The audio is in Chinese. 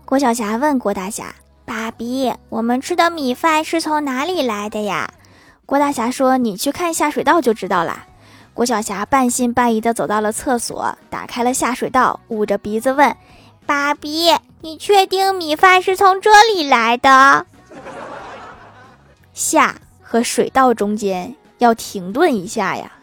郭晓霞问郭大侠：爸比，我们吃的米饭是从哪里来的呀？郭大侠说：你去看下水道就知道啦。郭晓霞半信半疑地走到了厕所，打开了下水道，捂着鼻子问：爸比，你确定米饭是从这里来的？下和水道中间要停顿一下呀。